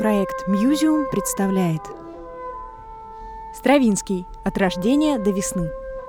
Проект «Мьюзиум» представляет Стравинский. От рождения до весны.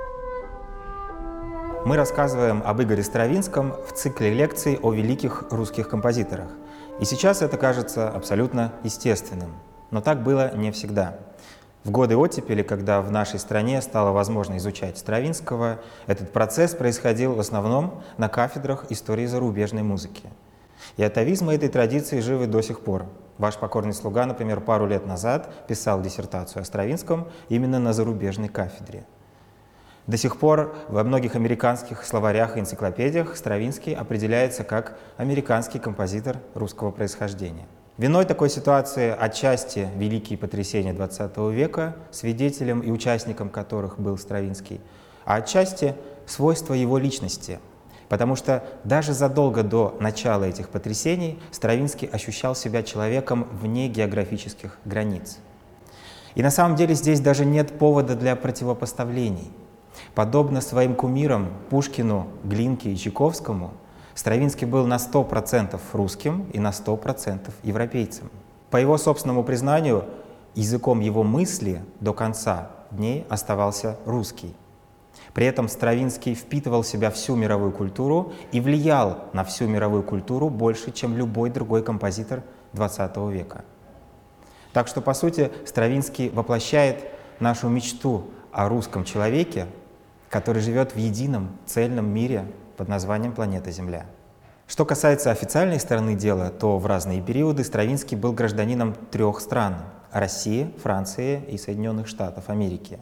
Мы рассказываем об Игоре Стравинском в цикле лекций о великих русских композиторах. И сейчас это кажется абсолютно естественным. Но так было не всегда. В годы оттепели, когда в нашей стране стало возможно изучать Стравинского, этот процесс происходил в основном на кафедрах истории зарубежной музыки. И атавизмы этой традиции живы до сих пор. Ваш покорный слуга, например, пару лет назад писал диссертацию о Стравинском именно на зарубежной кафедре. До сих пор во многих американских словарях и энциклопедиях Стравинский определяется как американский композитор русского происхождения. Виной такой ситуации отчасти великие потрясения XX века, свидетелем и участником которых был Стравинский, а отчасти свойства его личности. Потому что даже задолго до начала этих потрясений Стравинский ощущал себя человеком вне географических границ. И на самом деле здесь даже нет повода для противопоставлений. Подобно своим кумирам Пушкину, Глинке и Чайковскому, Стравинский был на 100% русским и на 100% европейцем. По его собственному признанию, языком его мысли до конца дней оставался русский. При этом Стравинский впитывал в себя всю мировую культуру и влиял на всю мировую культуру больше, чем любой другой композитор XX века. Так что, по сути, Стравинский воплощает нашу мечту о русском человеке, который живет в едином цельном мире под названием планета Земля. Что касается официальной стороны дела, то в разные периоды Стравинский был гражданином 3 стран – России, Франции и Соединенных Штатов Америки.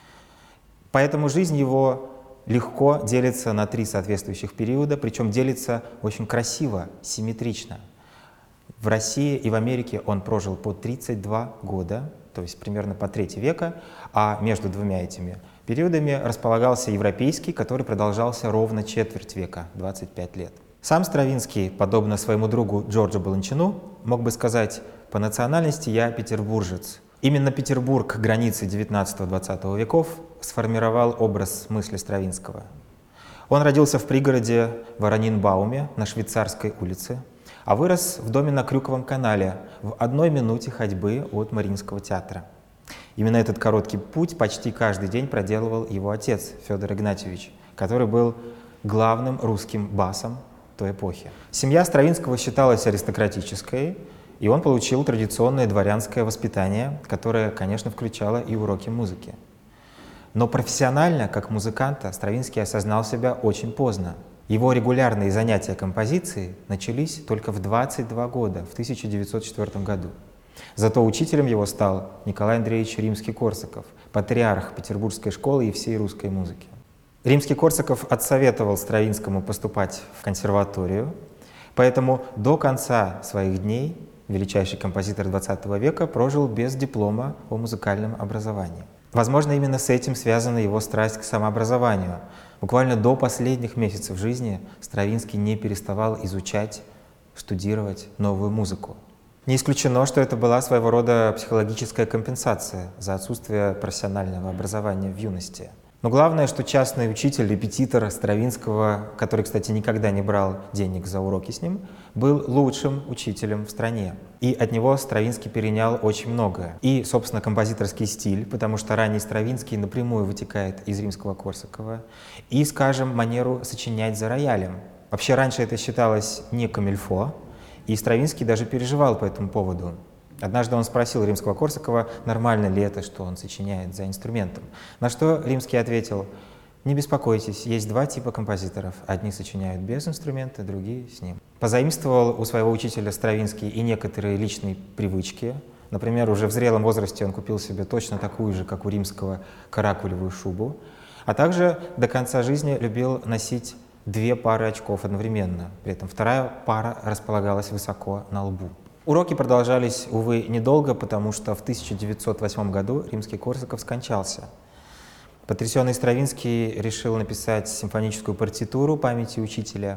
Поэтому жизнь его легко делится на 3 соответствующих периода, причем делится очень красиво, симметрично. В России и в Америке он прожил по 32 года, то есть примерно по трети века, а между двумя этими периодами располагался европейский, который продолжался ровно четверть века, 25 лет. Сам Стравинский, подобно своему другу Джорджу Баланчину, мог бы сказать: по национальности я петербуржец. Именно Петербург границы 19-20 веков сформировал образ мысли Стравинского. Он родился в пригороде Воронинбауме на Швейцарской улице, а вырос в доме на Крюковом канале в 1 минуте ходьбы от Мариинского театра. Именно этот короткий путь почти каждый день проделывал его отец Федор Игнатьевич, который был главным русским басом той эпохи. Семья Стравинского считалась аристократической, и он получил традиционное дворянское воспитание, которое, конечно, включало и уроки музыки. Но профессионально, как музыканта, Стравинский осознал себя очень поздно. Его регулярные занятия композицией начались только в 22 года, в 1904 году. Зато учителем его стал Николай Андреевич Римский-Корсаков, патриарх Петербургской школы и всей русской музыки. Римский-Корсаков отсоветовал Стравинскому поступать в консерваторию, поэтому до конца своих дней величайший композитор XX века прожил без диплома о музыкальном образовании. Возможно, именно с этим связана его страсть к самообразованию. Буквально до последних месяцев жизни Стравинский не переставал изучать, штудировать новую музыку. Не исключено, что это была своего рода психологическая компенсация за отсутствие профессионального образования в юности. Но главное, что частный учитель, репетитор Стравинского, который, кстати, никогда не брал денег за уроки с ним, был лучшим учителем в стране. И от него Стравинский перенял очень многое. И, собственно, композиторский стиль, потому что ранний Стравинский напрямую вытекает из Римского-Корсакова, и, скажем, манеру сочинять за роялем. Вообще, раньше это считалось не камильфо, и Стравинский даже переживал по этому поводу. Однажды он спросил Римского-Корсакова, нормально ли это, что он сочиняет за инструментом. На что Римский ответил: не беспокойтесь, есть 2 типа композиторов. Одни сочиняют без инструмента, другие с ним. Позаимствовал у своего учителя Стравинский и некоторые личные привычки. Например, уже в зрелом возрасте он купил себе точно такую же, как у Римского, каракулевую шубу. А также до конца жизни любил носить 2 пары очков одновременно. При этом 2-я пара располагалась высоко на лбу. Уроки продолжались, увы, недолго, потому что в 1908 году Римский-Корсаков скончался. Потрясенный Стравинский решил написать симфоническую партитуру памяти учителя.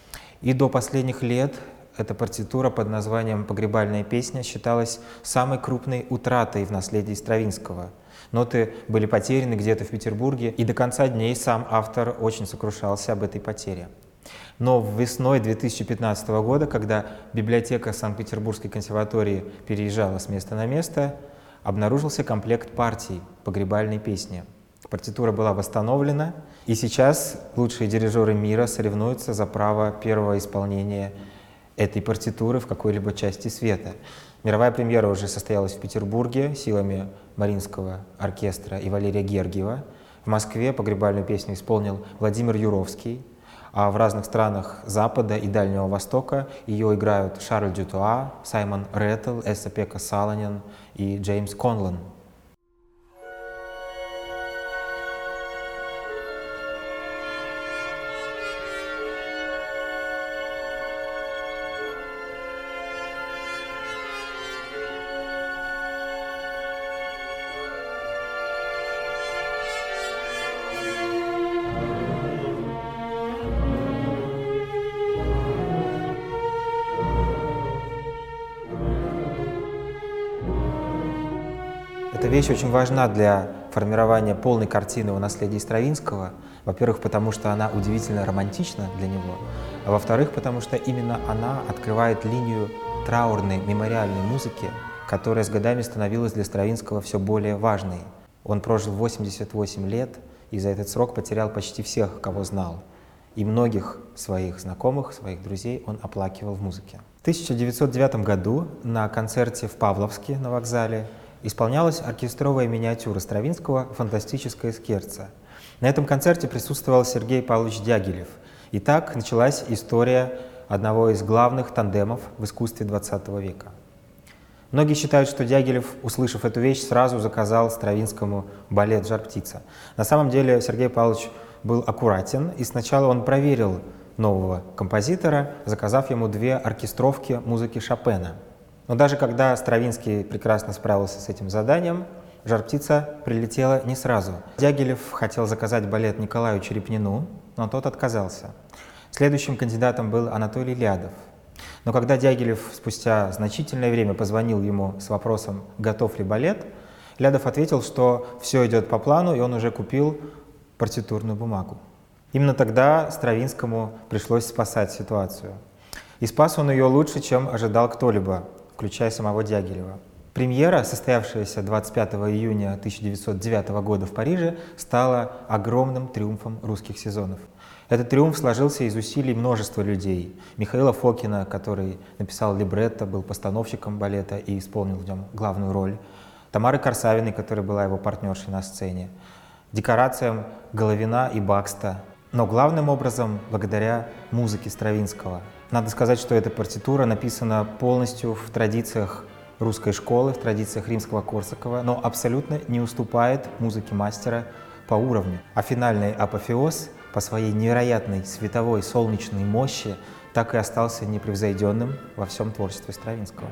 И до последних лет эта партитура под названием «Погребальная песня» считалась самой крупной утратой в наследии Стравинского. Ноты были потеряны где-то в Петербурге, и до конца дней сам автор очень сокрушался об этой потере. Но весной 2015 года, когда библиотека Санкт-Петербургской консерватории переезжала с места на место, обнаружился комплект партий погребальной песни. Партитура была восстановлена, и сейчас лучшие дирижеры мира соревнуются за право первого исполнения этой партитуры в какой-либо части света. Мировая премьера уже состоялась в Петербурге силами Мариинского оркестра и Валерия Гергиева. В Москве погребальную песню исполнил Владимир Юровский, а в разных странах Запада и Дальнего Востока ее играют Шарль Дютуа, Саймон Реттл, Эса-Пекка Саланен и Джеймс Конлон. Эта вещь очень важна для формирования полной картины о наследии Стравинского. Во-первых, потому что она удивительно романтична для него, а во-вторых, потому что именно она открывает линию траурной, мемориальной музыки, которая с годами становилась для Стравинского все более важной. Он прожил 88 лет и за этот срок потерял почти всех, кого знал. И многих своих знакомых, своих друзей он оплакивал в музыке. В 1909 году на концерте в Павловске на вокзале исполнялась оркестровая миниатюра Стравинского «Фантастическое скерцо». На этом концерте присутствовал Сергей Павлович Дягилев. И так началась история одного из главных тандемов в искусстве XX века. Многие считают, что Дягилев, услышав эту вещь, сразу заказал Стравинскому балет «Жар-птица». На самом деле Сергей Павлович был аккуратен, и сначала он проверил нового композитора, заказав ему 2 оркестровки музыки Шопена. Но даже когда Стравинский прекрасно справился с этим заданием, «Жар-птица» прилетела не сразу. Дягилев хотел заказать балет Николаю Черепнину, но тот отказался. Следующим кандидатом был Анатолий Лядов. Но когда Дягилев спустя значительное время позвонил ему с вопросом, готов ли балет, Лядов ответил, что все идет по плану, и он уже купил партитурную бумагу. Именно тогда Стравинскому пришлось спасать ситуацию. И спас он ее лучше, чем ожидал кто-либо, включая самого Дягилева. Премьера, состоявшаяся 25 июня 1909 года в Париже, стала огромным триумфом русских сезонов. Этот триумф сложился из усилий множества людей. Михаила Фокина, который написал либретто, был постановщиком балета и исполнил в нем главную роль. Тамары Корсавиной, которая была его партнершей на сцене. Декорациям Головина и Бакста. Но главным образом благодаря музыке Стравинского. Надо сказать, что эта партитура написана полностью в традициях русской школы, в традициях Римского-Корсакова, но абсолютно не уступает музыке мастера по уровню. А финальный апофеоз по своей невероятной световой солнечной мощи так и остался непревзойденным во всем творчестве Стравинского.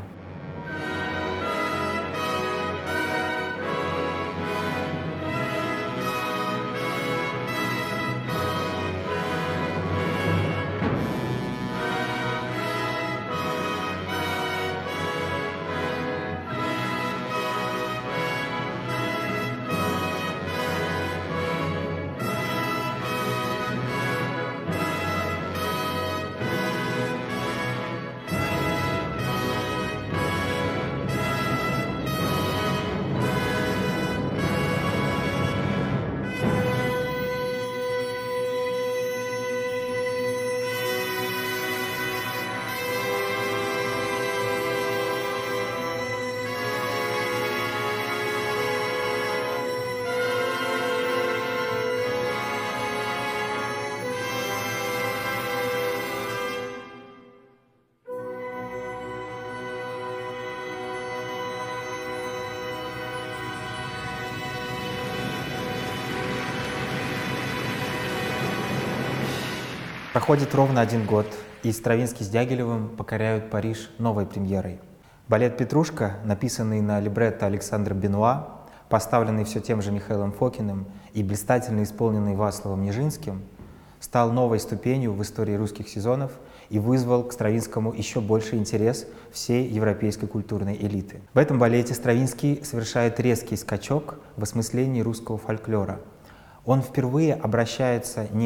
Проходит ровно 1 год, и Стравинский с Дягилевым покоряют Париж новой премьерой. Балет «Петрушка», написанный на либретто Александра Бенуа, поставленный все тем же Михаилом Фокиным и блистательно исполненный Вацлавом Нижинским, стал новой ступенью в истории русских сезонов и вызвал к Стравинскому еще больше интерес всей европейской культурной элиты. В этом балете Стравинский совершает резкий скачок в осмыслении русского фольклора. Он впервые обращается не к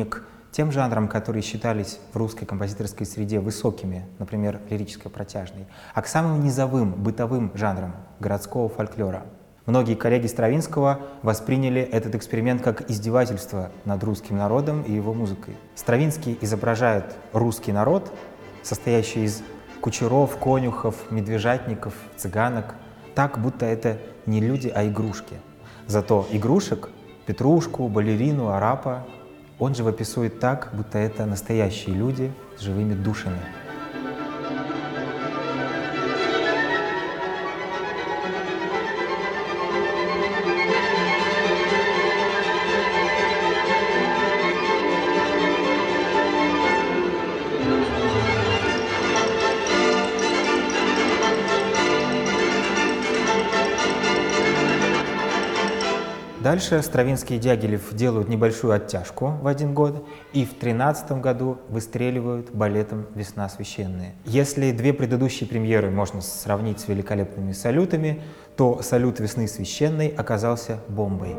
тем жанрам, которые считались в русской композиторской среде высокими, например, лирическо-протяжной, а к самым низовым, бытовым жанрам городского фольклора. Многие коллеги Стравинского восприняли этот эксперимент как издевательство над русским народом и его музыкой. Стравинский изображает русский народ, состоящий из кучеров, конюхов, медвежатников, цыганок, так, будто это не люди, а игрушки. Зато игрушек — Петрушку, балерину, арапа — он живописует так, будто это настоящие люди с живыми душами. Дальше Стравинский и Дягилев делают небольшую оттяжку в один год и в 2013 году выстреливают балетом «Весна священная». Если две предыдущие премьеры можно сравнить с великолепными салютами, то салют «Весны священной» оказался бомбой.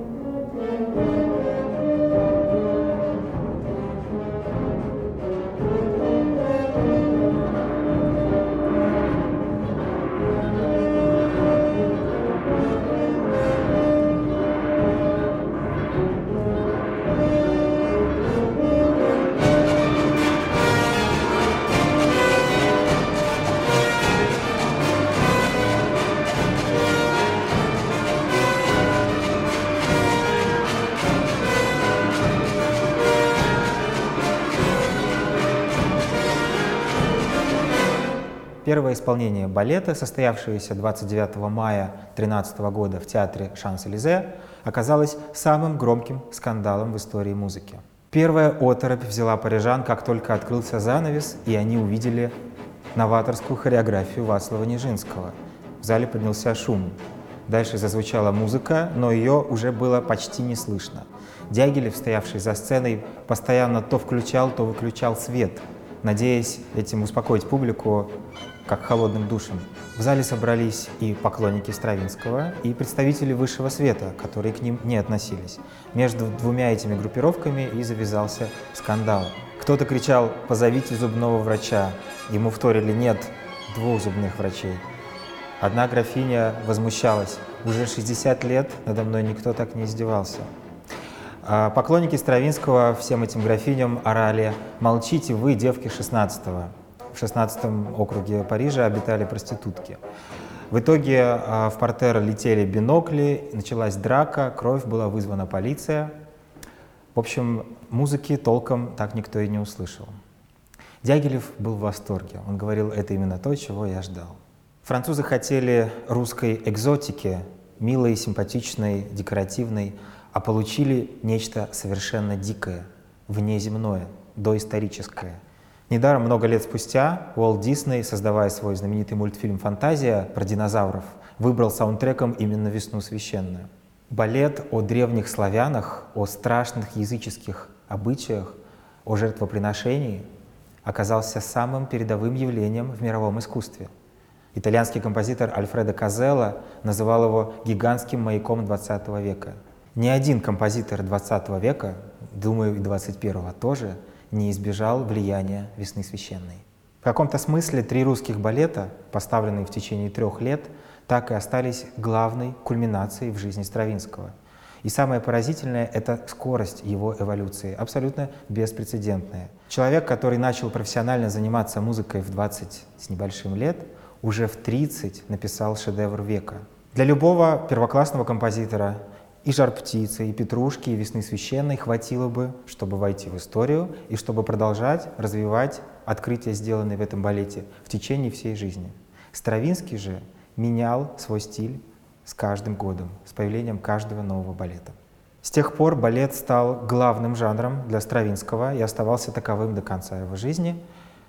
Первое исполнение балета, состоявшееся 29 мая 2013 года в театре Шанс-Элизе, оказалось самым громким скандалом в истории музыки. Первая оторопь взяла парижан, как только открылся занавес, и они увидели новаторскую хореографию Вацлава Нижинского. В зале поднялся шум. Дальше зазвучала музыка, но ее уже было почти не слышно. Дягилев, стоявший за сценой, постоянно то включал, то выключал свет, надеясь этим успокоить публику, как холодным душем. В зале собрались и поклонники Стравинского, и представители высшего света, которые к ним не относились. Между двумя этими группировками и завязался скандал. Кто-то кричал: «Позовите зубного врача». Ему вторили: «Нет, двух зубных врачей». Одна графиня возмущалась: «Уже 60 лет надо мной никто так не издевался». А поклонники Стравинского всем этим графиням орали: «Молчите вы, девки 16-го». В 16-м округе Парижа обитали проститутки. В итоге в партер летели бинокли, началась драка, кровь, была вызвана полиция. В общем, музыки толком так никто и не услышал. Дягилев был в восторге. Он говорил: «Это именно то, чего я ждал». Французы хотели русской экзотики, милой, симпатичной, декоративной, а получили нечто совершенно дикое, внеземное, доисторическое. Недаром много лет спустя Уолт Дисней, создавая свой знаменитый мультфильм «Фантазия» про динозавров, выбрал саундтреком именно «Весну священную». Балет о древних славянах, о страшных языческих обычаях, о жертвоприношении оказался самым передовым явлением в мировом искусстве. Итальянский композитор Альфредо Козелло называл его гигантским маяком XX века. Ни один композитор XX века, думаю, и XXI тоже, не избежал влияния «Весны священной». В каком-то смысле три русских балета, поставленные в течение 3 лет, так и остались главной кульминацией в жизни Стравинского. И самое поразительное — это скорость его эволюции, абсолютно беспрецедентная. Человек, который начал профессионально заниматься музыкой в 20 с небольшим лет, уже в 30 написал шедевр века. Для любого первоклассного композитора и «Жар-птицы», и «Петрушки», и «Весны священной» хватило бы, чтобы войти в историю и чтобы продолжать развивать открытия, сделанные в этом балете, в течение всей жизни. Стравинский же менял свой стиль с каждым годом, с появлением каждого нового балета. С тех пор балет стал главным жанром для Стравинского и оставался таковым до конца его жизни.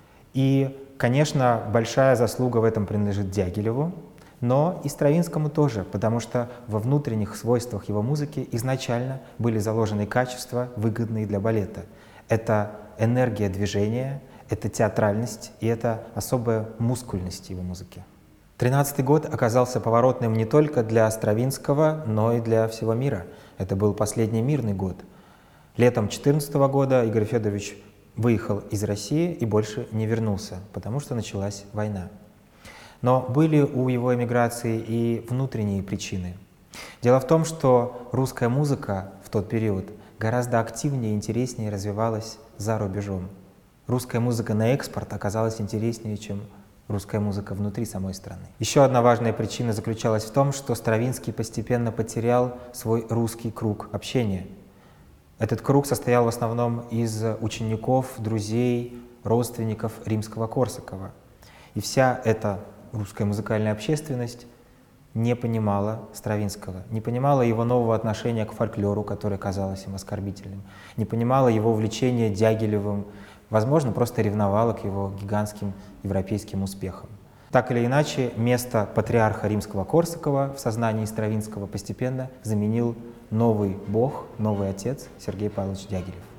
И, конечно, большая заслуга в этом принадлежит Дягилеву, но и Стравинскому тоже, потому что во внутренних свойствах его музыки изначально были заложены качества, выгодные для балета. Это энергия движения, это театральность и это особая мускульность его музыки. 13-й год оказался поворотным не только для Стравинского, но и для всего мира. Это был последний мирный год. Летом 2014 года Игорь Федорович выехал из России и больше не вернулся, потому что началась война. Но были у его эмиграции и внутренние причины. Дело в том, что русская музыка в тот период гораздо активнее и интереснее развивалась за рубежом. Русская музыка на экспорт оказалась интереснее, чем русская музыка внутри самой страны. Еще одна важная причина заключалась в том, что Стравинский постепенно потерял свой русский круг общения. Этот круг состоял в основном из учеников, друзей, родственников Римского-Корсакова. И вся эта русская музыкальная общественность не понимала Стравинского, не понимала его нового отношения к фольклору, которое казалось им оскорбительным, не понимала его увлечения Дягилевым, возможно, просто ревновала к его гигантским европейским успехам. Так или иначе, место патриарха Римского-Корсакова в сознании Стравинского постепенно заменил новый бог, новый отец Сергей Павлович Дягилев.